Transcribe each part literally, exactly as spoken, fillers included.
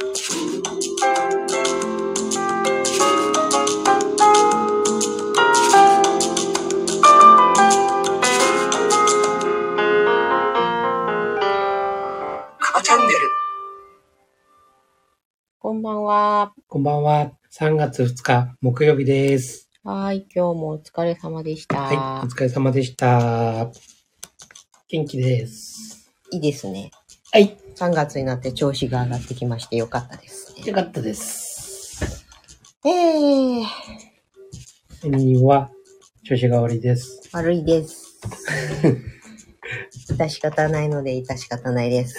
チャンネル。 こんばんは。 こんばんは。さんがつふつか木曜日です。 はい、今日もお疲れ様でした。 はい、お疲れ様でした。元気です。 いいですね。 はい。 さんがつになって調子が上がってきましてよかったですね。 よかったです。 えー。 エミは調子が悪いです。 悪いです。致し方ないので致し方ないです。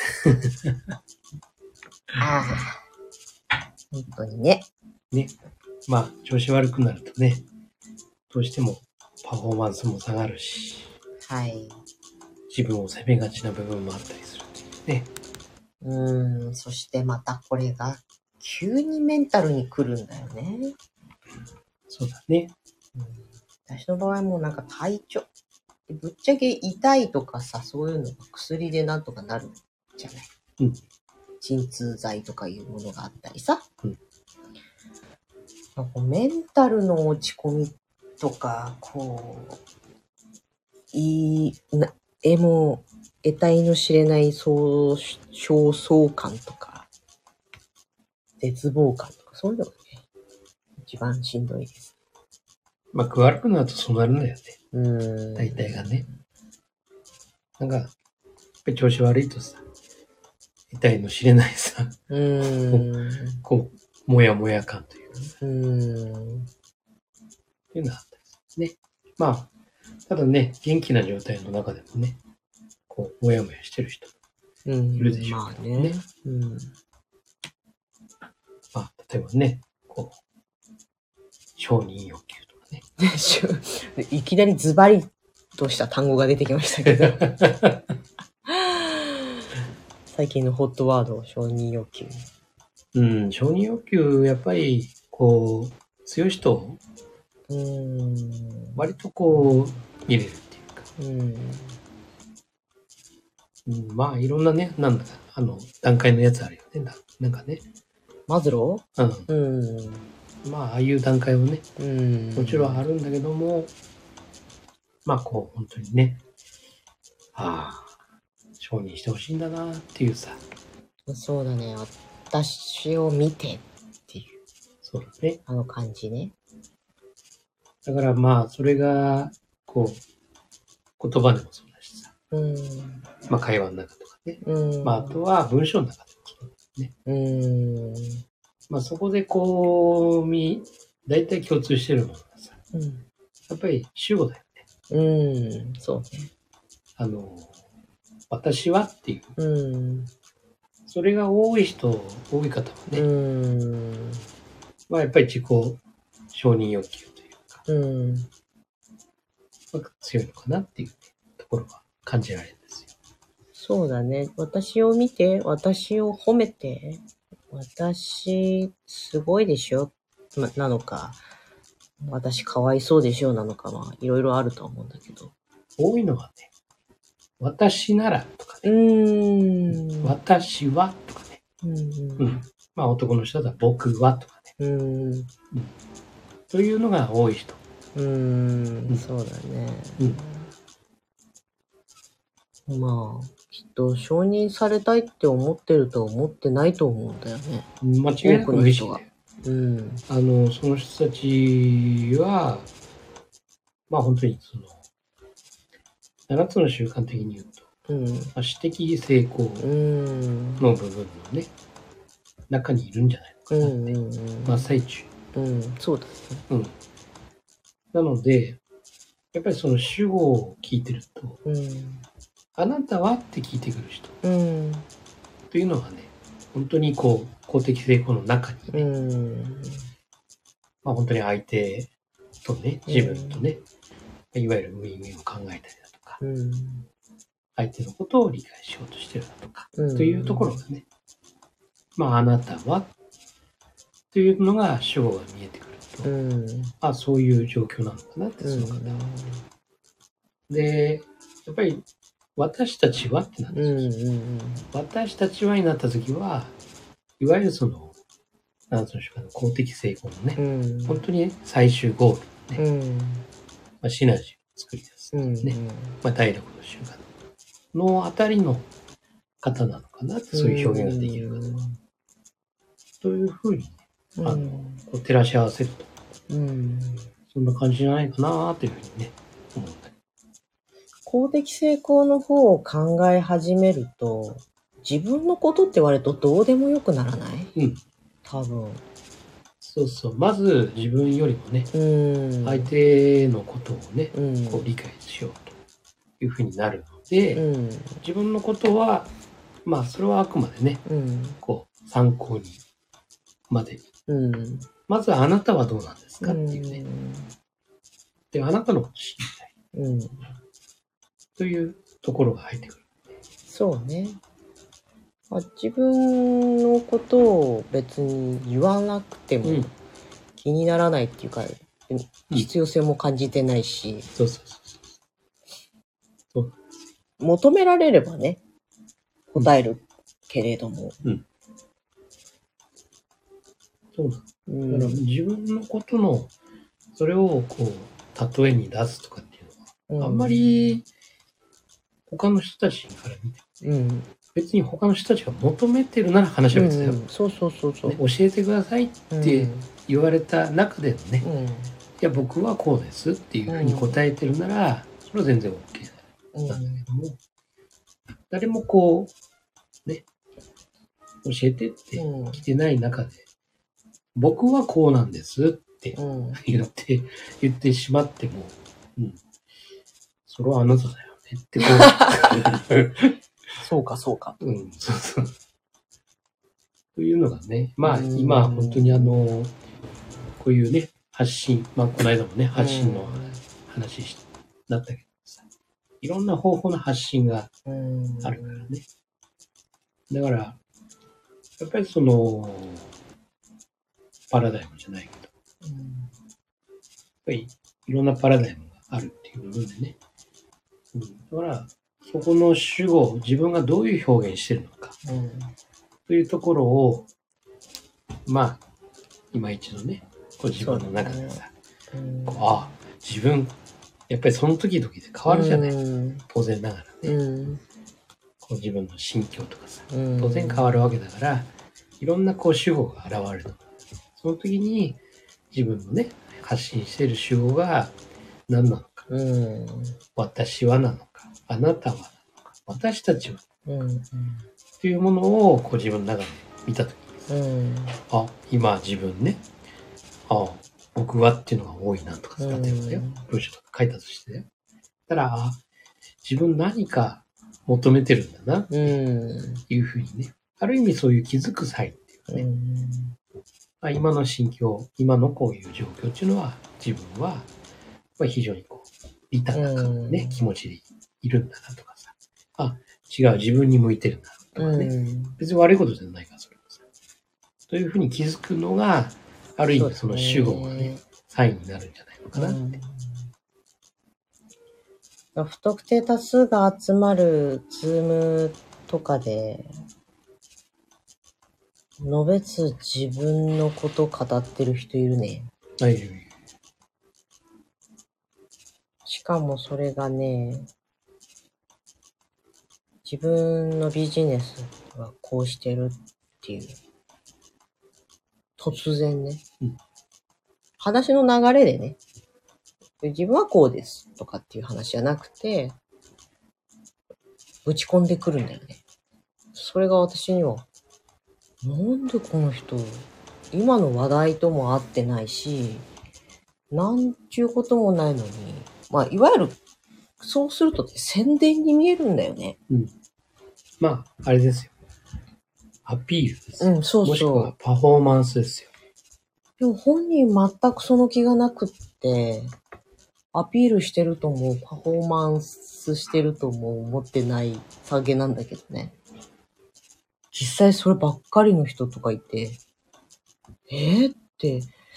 ああ、本当にね。 ね。まあ、調子悪くなるとね、どうしてもパフォーマンスも下がるし、 はい。 自分を責めがちな部分もあったりするっていうね。 うーん、そしてまたこれが急にメンタルに来るんだよね。 そうだね。 うん、私の場合もなんか体調、ぶっちゃけ痛いとかさ、そういうのが薬でなんとかなるじゃない。 うん。 鎮痛剤とかいうものがあったりさ。 うん。 なんかメンタルの落ち込みとか、こう、いい、な、えも、得体の知れないそう焦燥感とか、絶望感とか、そういうのがね、一番しんどいです。 まあ、悪くなるとそうなるんだよね。 うーん。 大体がね。なんか、やっぱり調子悪いとさ、痛いの知れないさ、 うーん。 こう、もやもや感というか、 うーん。 っていうのがあったりするね。まあ、ただね、元気な状態の中でもね、こう、もやもやしてる人いるでしょう、 まあね。うん。 まあ、例えばね、こう、承認欲求とかね。 いきなりズバリとした単語が出てきましたけど。最近のホットワード、承認欲求。 うん、承認欲求、やっぱり、こう、強い人、 うーん。 割とこう、見れるっていうか。 うん。 うん、まあ、いろんなね、なんだか、あの、段階のやつあるよね。ななんかね。 マズローうん。うん。 まあ、ああいう段階もね、 うん。 もちろんあるんだけども、まあ、こう、本当にね、ああ、承認してほしいんだなっていうさ。 そうだね。私を見てっていう。 そうだね。 あの感じね。 だからまあ、それが、こう、言葉でもそうだしさ。 うん。 まあ、会話の中とかね。 うん。 まあ、あとは文章の中でもそうだね。 うん。 まあ、そこでこう、み、大体共通してるものがさ、 うん。 やっぱり主語だよね。 うん。そうね。 あの、私はっていう。 うん。 それが多い人、多い方はね、 うん。 まあ、やっぱり自己承認欲求というか、 うん。 まあ、強いのかなっていう、ね、ところが感じられるんですよ。 そうだね。私を見て、私を褒めて、私、すごいでしょまなのか、私かわいそうでしょなのかは、いろいろあると思うんだけど。 多いのはね、私ならとかうね、 ーん。 私はとかね、 うん。 うん。まあ男の人だったら僕はとかね、 うん。うん。 というのが多い人。 うーん、そうだね。うん。まあ、きっと承認されたいって思ってると思ってないと思うんだよね。 間違いなく嬉しいね。 うん。 あの、その人たちは、まあ本当にその、ななつの習慣的に言うと、 うん。 まあ、私的成功うん。 の部分のね、中にいるんじゃないのかなって。 うんうんうん。 真っ最中。 うん、そうだね。 うん。なので、やっぱりその主語を聞いてると、 うん。 あなたはって聞いてくる人うん。 というのはね、本当にこう、公的成功の中にね、 うん。 まあ本当に相手とね、自分とね、いわゆるウィンウィンを考えたりだとか、 うん。 相手のことを理解しようとしてるだとか、 うん。 というところがね、まああなたはというのが主語が見えてくると、 うん。 あそういう状況なのかなって、その方は。で、やっぱり私たちはってなんですよ。 うんうんうん、 私たちはになった時は、 いわゆるその、なんつうんでしょうかね、公的成功のね、 うん。 本当に最終ゴールのね、 うん。 まあ、シナジーを作り出す。 うん。 ねまあ、第六の習慣のあたりの方なのかなって、そういう表現ができるかな。というふうに、 うん。 あの、こう照らし合わせると、 うん。 そんな感じじゃないかなというふうにね、思ったり。 公的成功の方を考え始めると、自分のことって割とどうでもよくならない？ うん。 多分。 そうそう。まず自分よりもね、 うん。 相手のことをね、 うん。 こう理解しようというふうになるので、 うん。 自分のことは、まあそれはあくまでね、 うん。 こう参考にまでに。 うん。 まずあなたはどうなんですかっていうね。 うんで、あなたのこと知りたいうん。 というところが入ってくる。 そうね。あ、自分のことを別に言わなくてもうん気にならないっていうか、必要性も感じてないし、 そうそうそうそう。 求められればね、答えるけれども。 そうなんです。 うだからん。 自分のことの、それをこう、例えに出すとかっていうのは、あんまり他の人たちから見て、 うん。 別に他の人たちが求めてるなら話は別だよ。 うん、そうそうそうそう。 ね、教えてくださいって言われた中でのね、 うん。 いや僕はこうですっていうふうに答えてるなら、それは全然 OK うん。 なんだけども、誰もこう、ね、教えてってうん来てない中で、僕はこうなんですってうん。 言って、言ってしまっても、うん、それはあなただよねってこう、 そうか、そうか。 うん、そうそう。というのがね、まあうん今本当にあの、こういうね、発信、まあこの間もね、発信の話しなったけどさ、いろんな方法の発信があるからね。だから、やっぱりその、パラダイムじゃないけど、やっぱりいろんなパラダイムがあるっていう部分でね。うん、だから、そこの主語、自分がどういう表現してるのか、 うん。 というところを、まあ、今一度ね、こう自分の中でさ、 うんこうああ、自分、やっぱりその時々で変わるじゃない。 うん当然ながらね。 うん。 こう自分の心境とかさ、 うん当然変わるわけだから、いろんなこう主語が現れるの。その時に自分のね、発信している主語が何なのか。 うん。 私はなのか。あなたはなのか。私たちは。 うん。 というものをこう自分の中で見た時に、 うん。 あ、今自分ね、あ、僕はっていうのが多いなとかさ、例えばだよ、文章とか書いたとしてね。たら、あ、自分何か求めてるんだなっていうふうにね、ある意味そういう気づく際っていうかね、まあ、今の心境、今のこういう状況っていうのは、自分はまあ非常にこう、利他な感、ね、気持ちでいるんだなとかさ、あ、違う、自分に向いてるんだとかね、別に悪いことじゃないから、それもさ。というふうに気づくのが、ある意味その主語がね、サインになるんじゃないのかなって。 不特定多数が集まるズームとかで、のべつ自分のこと語ってる人いるね。 はい。 しかもそれがね、自分のビジネスはこうしてるっていう。突然ね。 うん、 話の流れでね。自分はこうですとかっていう話じゃなくて、ぶち込んでくるんだよね。それが私には、なんでこの人、今の話題とも合ってないし、なんちゅうこともないのに、まあ、いわゆる、そうすると、ね、宣伝に見えるんだよね。 うん。まあ、あれですよ。アピールですよ。 うん、そうそう。 もしくはパフォーマンスですよ。 でも本人全くその気がなくって、アピールしてるとも、パフォーマンスしてるとも思ってない下げなんだけどね。実際そればっかりの人とかいて、えー、って。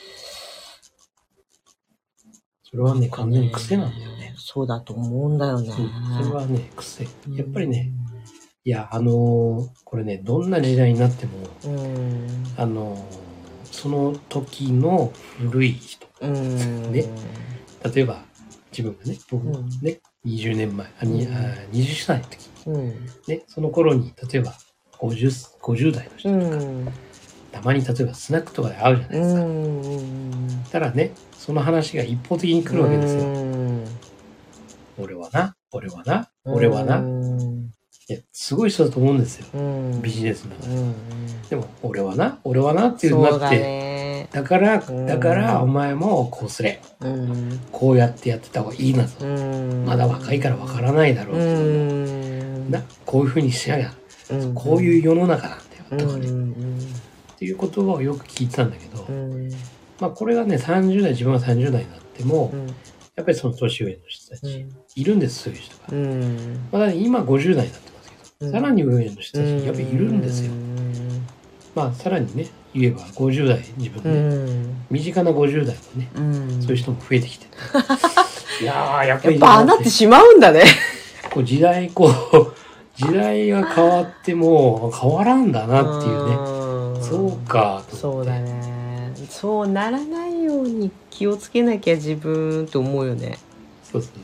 それはね、完全に癖なんだよね。 そうだと思うんだよね。 うん、それはね、癖。やっぱりね、 いや、あのーこれね、どんな時代になっても、 うん。 あのーその時の古い人、 うん。 ね例えば自分がね、僕もね、にじゅうねんまえ、あにうんあにじゅっさいの時に、 うん。 ね、その頃に、例えばごじゅう、ごじゅう代の人うとか、 ん。 たまに例えばスナックとかで会うじゃないですか。 うん。 たらね、その話が一方的に来るわけですよ。 うん。 俺はな、俺はな、俺はな。 うんいや、すごい人だと思うんですよ。 うんビジネスの中で。 うんでも、俺はな、俺はなっていうそうだなって、 ね。 だから、 うんだからお前もこうすれ。 うんこうやってやってた方がいいなと。 うんまだ若いからわからないだろううけども、 んな、こういう風にしなきゃ、 うんこういう世の中なんだよ、とかね。 うんっていう言葉をよく聞いてたんだけど、 うんまあこれがね、さんじゅう代、自分がさんじゅう代になっても、 うんやっぱりその年上の人たち、いるんです、そういう人が。 うんまあ、今ごじゅう代になってますけど、 うんさらに上の人たちやっぱりいるんですよ。まあさらにね、言えばごじゅう代、自分うね、 ん身近なごじゅう代もね、 うんそういう人も増えてきて、ね、いやー、やっぱりやっぱああなってしまうんだね。 こう時代、こう、時代が変わっても変わらんだなっていうね。 うんそうか、と思って。 そうだね。そうならないように気をつけなきゃ自分と思うよね。 そうそう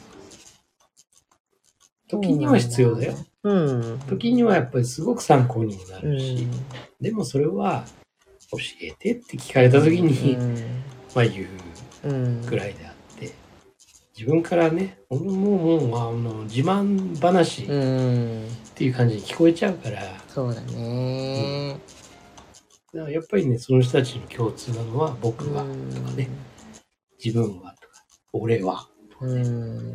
そう。時には必要だよ。 うん。 時にはやっぱりすごく参考にもなうるし、 ん。 でもそれは教えてって聞かれた時に、まあ言ううん。 ぐらいであって、自分からね、もうもう、あの自慢話っうん。 ていう感じに聞こえちゃうから、 そうだね。 だからやっぱりね、その人たちの共通なのは、僕はとかね、自分はとか、俺はとかね、 うん。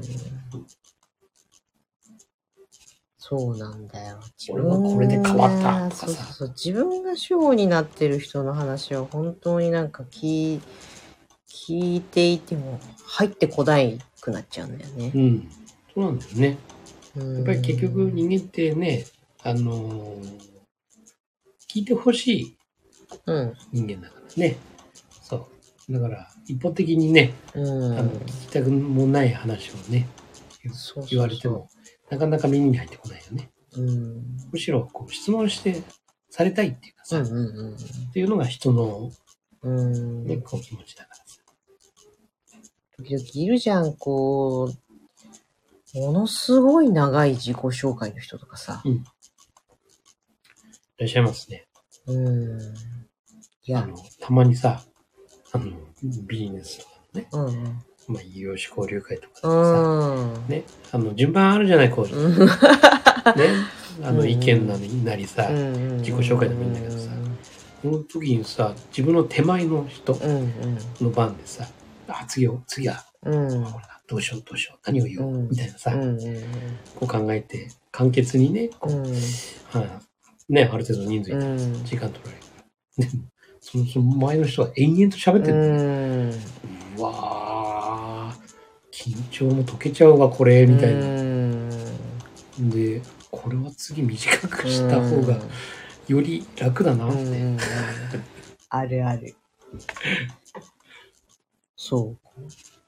そうなんだよ。 俺はこれで変わったとかさそうそうそう。自分が主語になってる人の話を本当になんか聞い聞いていても入ってこないくなっちゃうんだよね。 うん、そうなんだよね。 うんやっぱり結局人間ってね、あのー聞いてほしいうん。 人間だからね。そう。だから、一方的にね、 うん。 あの聞きたくもない話をね、言そうそうそう言われても、なかなか耳に入ってこないよね。 うん。 むしろ、こう、質問して、されたいっていうかさ、 うんうんっていうのが人の、 うん。うん。 ね、こう気持ちだからさ。 時々いるじゃん、こう、ものすごい長い自己紹介の人とかさ。 うん。いらっしゃいますね。 うん。いや、 あの、たまにさ、あの、ビジネスとかのね、 うんうん。 まあ、異業種交流会とかでさ、 うん。 ね、あの、順番あるじゃない、こう、ね、 うんあの、 うん意見なりなりさ、 うん自己紹介でもいいんだけどさ、この時にさ、自分の手前の人うんの番でさ、あ、次を、次は、 うんうんこれだ、どうしよう、どうしよう、何を言おう、 うんみたいなさ、 うんうんこう考えて、簡潔にね、こう、 うんはいね、ある程度人数いたらうん時間取られるから。でも、その、その前の人は延々と喋ってる、 うんうわー、緊張も解けちゃうわ、これ、みたいな。 うんで、これは次短くした方がより楽だなって。 うんうんあるある。そう。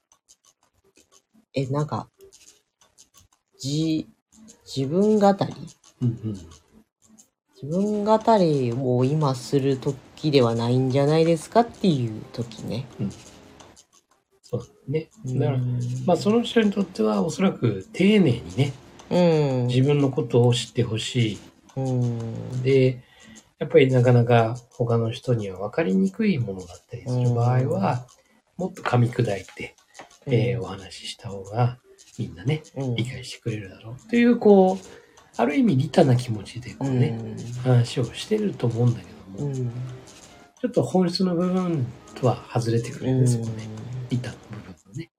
え、なんか、じ、自分語りうんうん。 自分語りを今する時ではないんじゃないですかっていう時ね。 そうだね。 うんだから、まあその人にとってはおそらく丁寧にね、 うん。 自分のことを知ってほしうん。 い。で、やっぱりなかなか他の人には分かりにくいものだったりする場合は、もっと噛み砕いて、えーお話しした方がみんなね、 うん理解してくれるだろうという、こう、ある意味利他な気持ちでこうね、話をしてると思うんだけども、 うん。 ちょっと本質の部分とは外れてくるんですよね。利他の部分のね。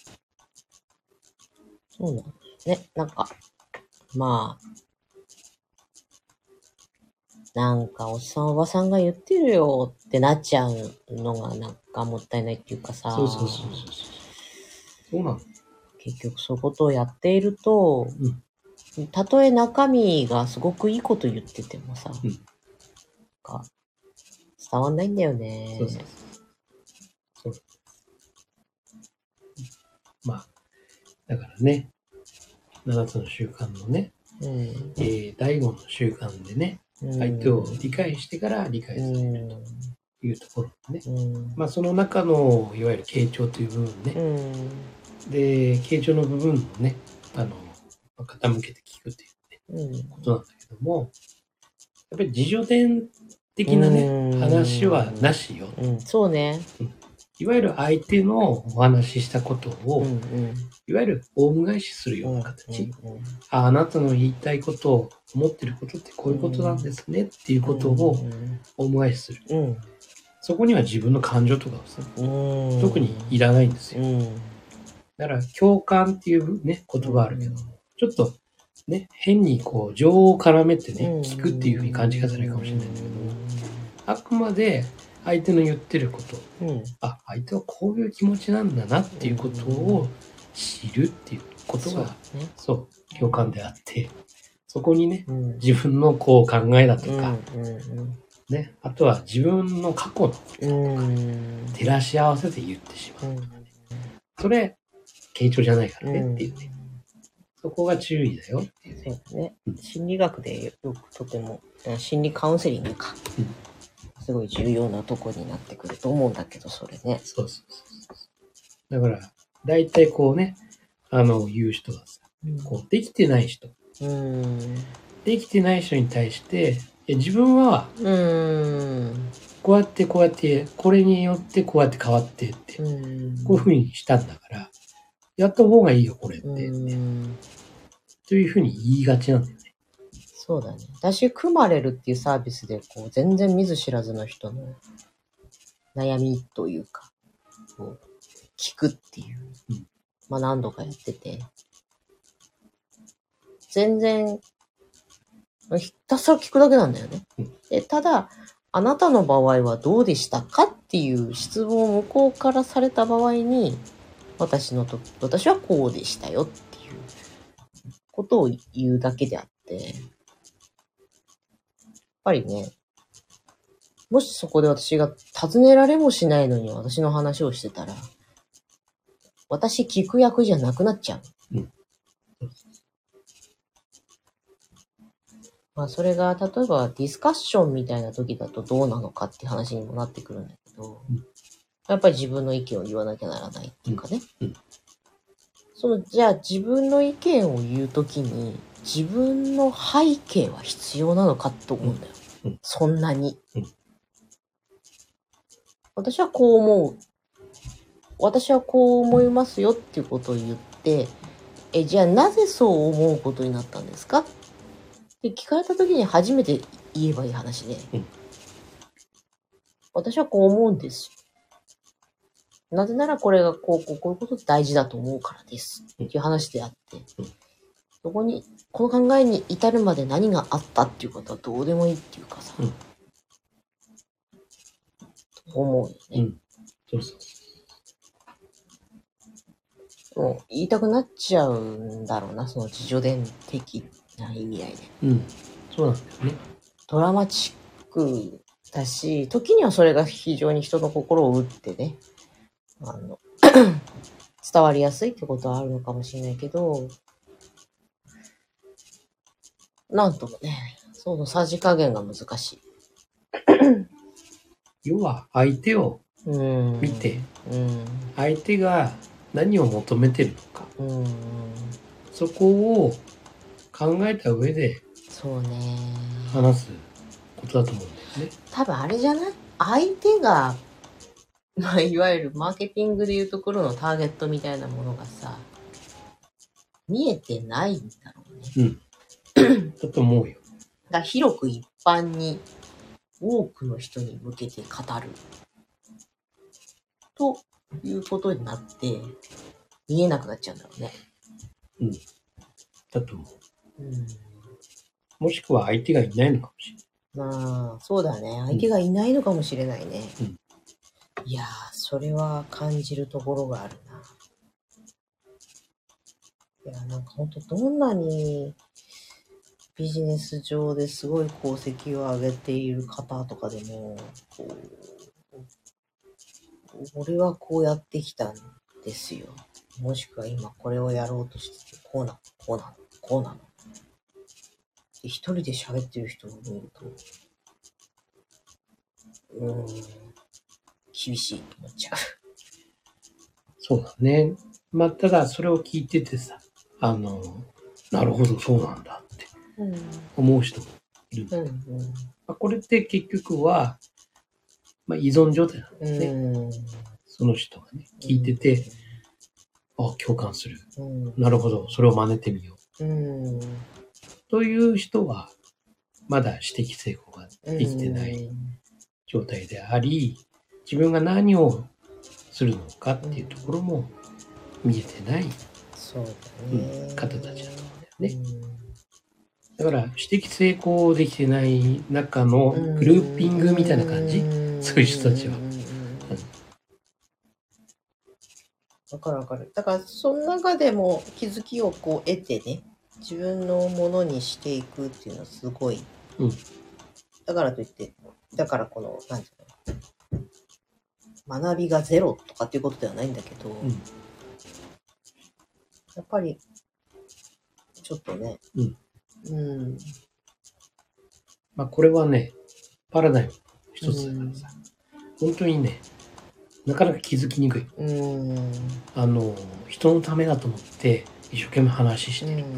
そうなんですね。なんか、まあ、なんかおっさんおばさんが言ってるよってなっちゃうのがなんかもったいないっていうかさ、 そうそうそうそう。そうなの。 結局そういうことをやっていると、 うんたとえ中身がすごくいいこと言っててもさ、 うんなんか伝わんないんだよね。 そうそうそう。まあ、だからね、ななつの習慣のね、 うんえー、第五の習慣でね、相手を理解してから理解されるというところでね。 うん、 まあその中のいわゆる傾聴という部分ね。 うん、 で、傾聴の部分をね、あの、傾けて聞くっていうね、 うん、 ことなんだけども、やっぱり自助伝的なね、話はなしよ。 うん、そうね。 いわゆる相手のお話ししたことを、 うんうんいわゆるオウム返しするような形。 うんうんあ、あなたの言いたいことを、思ってることってこういうことなんですねっていうことをオウム返しする。 うん、 そこには自分の感情とかをさ、 うん、 特にいらないんですよ。 うん、 だから共感っていうね、言葉あるけど、ちょっとね、変にこう情を絡めてね、聞くっていうふうに勘違いされるかもしれないんだけど、あくまで相手の言ってること、 うん、 あ、相手はこういう気持ちなんだなっていうことを知るっていうことが、 そうね、 そう、共感であって、そこにね、 うん、 自分のこう考えだとか、 うんうんね、あとは自分の過去のことうん照らし合わせて言ってしまう。 うんそれ、傾聴じゃないからねうんっていうね。そこが注意だよっていうね。 そうだねうん。 心理学でよくとても、心理カウンセリングか。 うんすごい重要なとこになってくると思うんだけど、それね。 そうそうそうそう。だから、大体こうね、あの、言う人はさ、こう、できてない人。 うん。 できてない人に対して、いや自分は、 うん。 こうやってこうやって、これによってこうやって変わってって、 うん。 こういうふうにしたんだから、やった方がいいよ、これって。 うんというふうに言いがちなんだよね。 そうだね。私、組まれるっていうサービスで、こう、全然見ず知らずの人の悩みというか、こう聞くっていう、 うんまあ何度かやってて、全然、ひたすら聞くだけなんだよね。 うんでただ、あなたの場合はどうでしたかっていう質問を向こうからされた場合に、私のと、私はこうでしたよっていうことを言うだけであって、やっぱりね、もしそこで私が尋ねられもしないのに私の話をしてたら、私聞く役じゃなくなっちゃう。 うんまあそれが例えばディスカッションみたいな時だとどうなのかって話にもなってくるんだけど、 うんやっぱり自分の意見を言わなきゃならないっていうかね。 うんうんそのじゃあ自分の意見を言うときに自分の背景は必要なのかと思うんだよ。 うんうんそんなに、 うん。 私はこう思う。私はこう思いますよっていうことを言って、え、じゃあなぜそう思うことになったんですかって聞かれたときに初めて言えばいい話で、 うん私はこう思うんです。なぜならこれがこう、こう、こういうこと大事だと思うからです。っていう話であって、 うんそこに、この考えに至るまで何があったっていうことはどうでもいいっていうかさ、 うんと思うよね。 うん。そうそうもう言いたくなっちゃうんだろうな、その自助伝的な意味合いで。 うん。そうなんだよね。 ドラマチックだし、時にはそれが非常に人の心を打ってね、あの伝わりやすいってことはあるのかもしれないけど、なんともね、そのさじ加減が難しい。 要は、相手をうん見て、 うん相手が何を求めてるのか、 うんそこを考えた上でそうね。 話すことだと思うんだよね。 多分あれじゃない？相手が、まあ、いわゆるマーケティングでいうところのターゲットみたいなものがさ、見えてないんだろうね。 うん。だと思うよ。 だから広く一般に多くの人に向けて語るということになって見えなくなっちゃうんだろうね。 うん。だと思う。 うん、 もしくは相手がいないのかもしれない。 まあそうだね。相手がいないのかもしれないね。 うんいやー、それは感じるところがあるな。いや、なんか本当どんなにビジネス上ですごい功績を上げている方とかでも、こう、俺はこうやってきたんですよ。もしくは今これをやろうとしてて、こうなの、こうなの、こうなの。 一人で喋ってる人を見ると、うーん、厳しいと思っちゃう。 そうだね。まあ、ただそれを聞いててさ、あの、なるほど、そうなんだって思う人もいるんだけど、 うんうんまあ、これって結局は、まあ、依存状態なんですね。 うんその人がね、聞いてて、あ、共感する。 うんなるほど、それを真似てみよう。 うんという人は、まだ指摘成功ができてない状態であり、自分が何をするのかっていうところも見えてない、 そうだうね、 ん、方たちだと思うんだよね。だから指摘成功できてない中のグルーピングみたいな感じ、そういう人たちは。 わかるわかる。だからその中でも気づきをこう得てね、自分のものにしていくっていうのはすごい。 うん、だからといって、だからこの、なんていうの、学びがゼロとかっていうことではないんだけど、 うん、 やっぱり、ちょっとね、 うん。 うん。 まあこれはね、パラダイムの一つだからさ、うん、本当にね、なかなか気づきにくい。 うん。 あの、人のためだと思って一生懸命話してる。うん、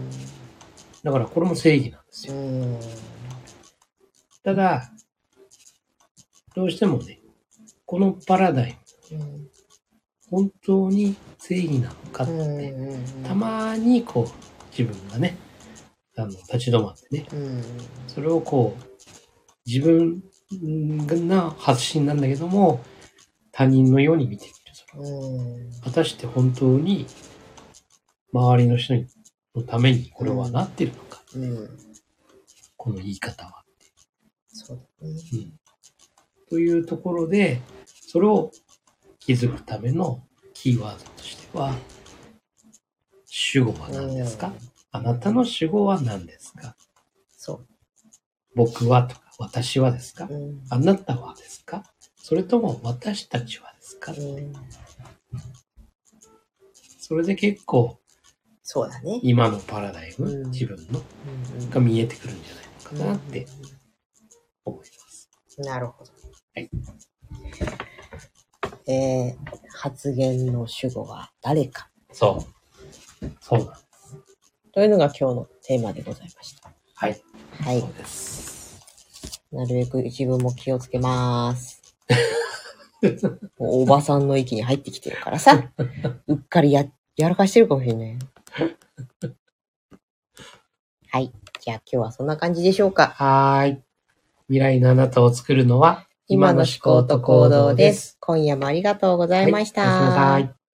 だからこれも正義なんですよ。うん、ただ、どうしてもね、このパラダイム、うん、本当に正義なのかって、うん、たまにこう、自分がね、あの、立ち止まってね、うん、それをこう、自分が発信なんだけども、他人のように見てみる。それうん、果たして本当に周りの人のためにこれはなってるのか、うん、この言い方は。そうだね、うん。というところで、それを気づくためのキーワードとしては、主語は何ですか、うん、あなたの主語は何ですか、そう。僕はとか、私はですか、うん、あなたはですか、それとも私たちはですか、うん、それで結構、そうだね。今のパラダイム、うん、自分の、うん、が見えてくるんじゃないのかなって思います。なるほど。はい。えー、発言の主語は誰か。そう。そうなんです。というのが今日のテーマでございました。はい。はい。そうです。なるべく自分も気をつけます。おばさんの域に入ってきてるからさ、うっかりや、やらかしてるかもしれない。はい。じゃあ今日はそんな感じでしょうか。はーい。未来のあなたを作るのは今の思考と行動です。今夜もありがとうございました。はい、おやすみなさい。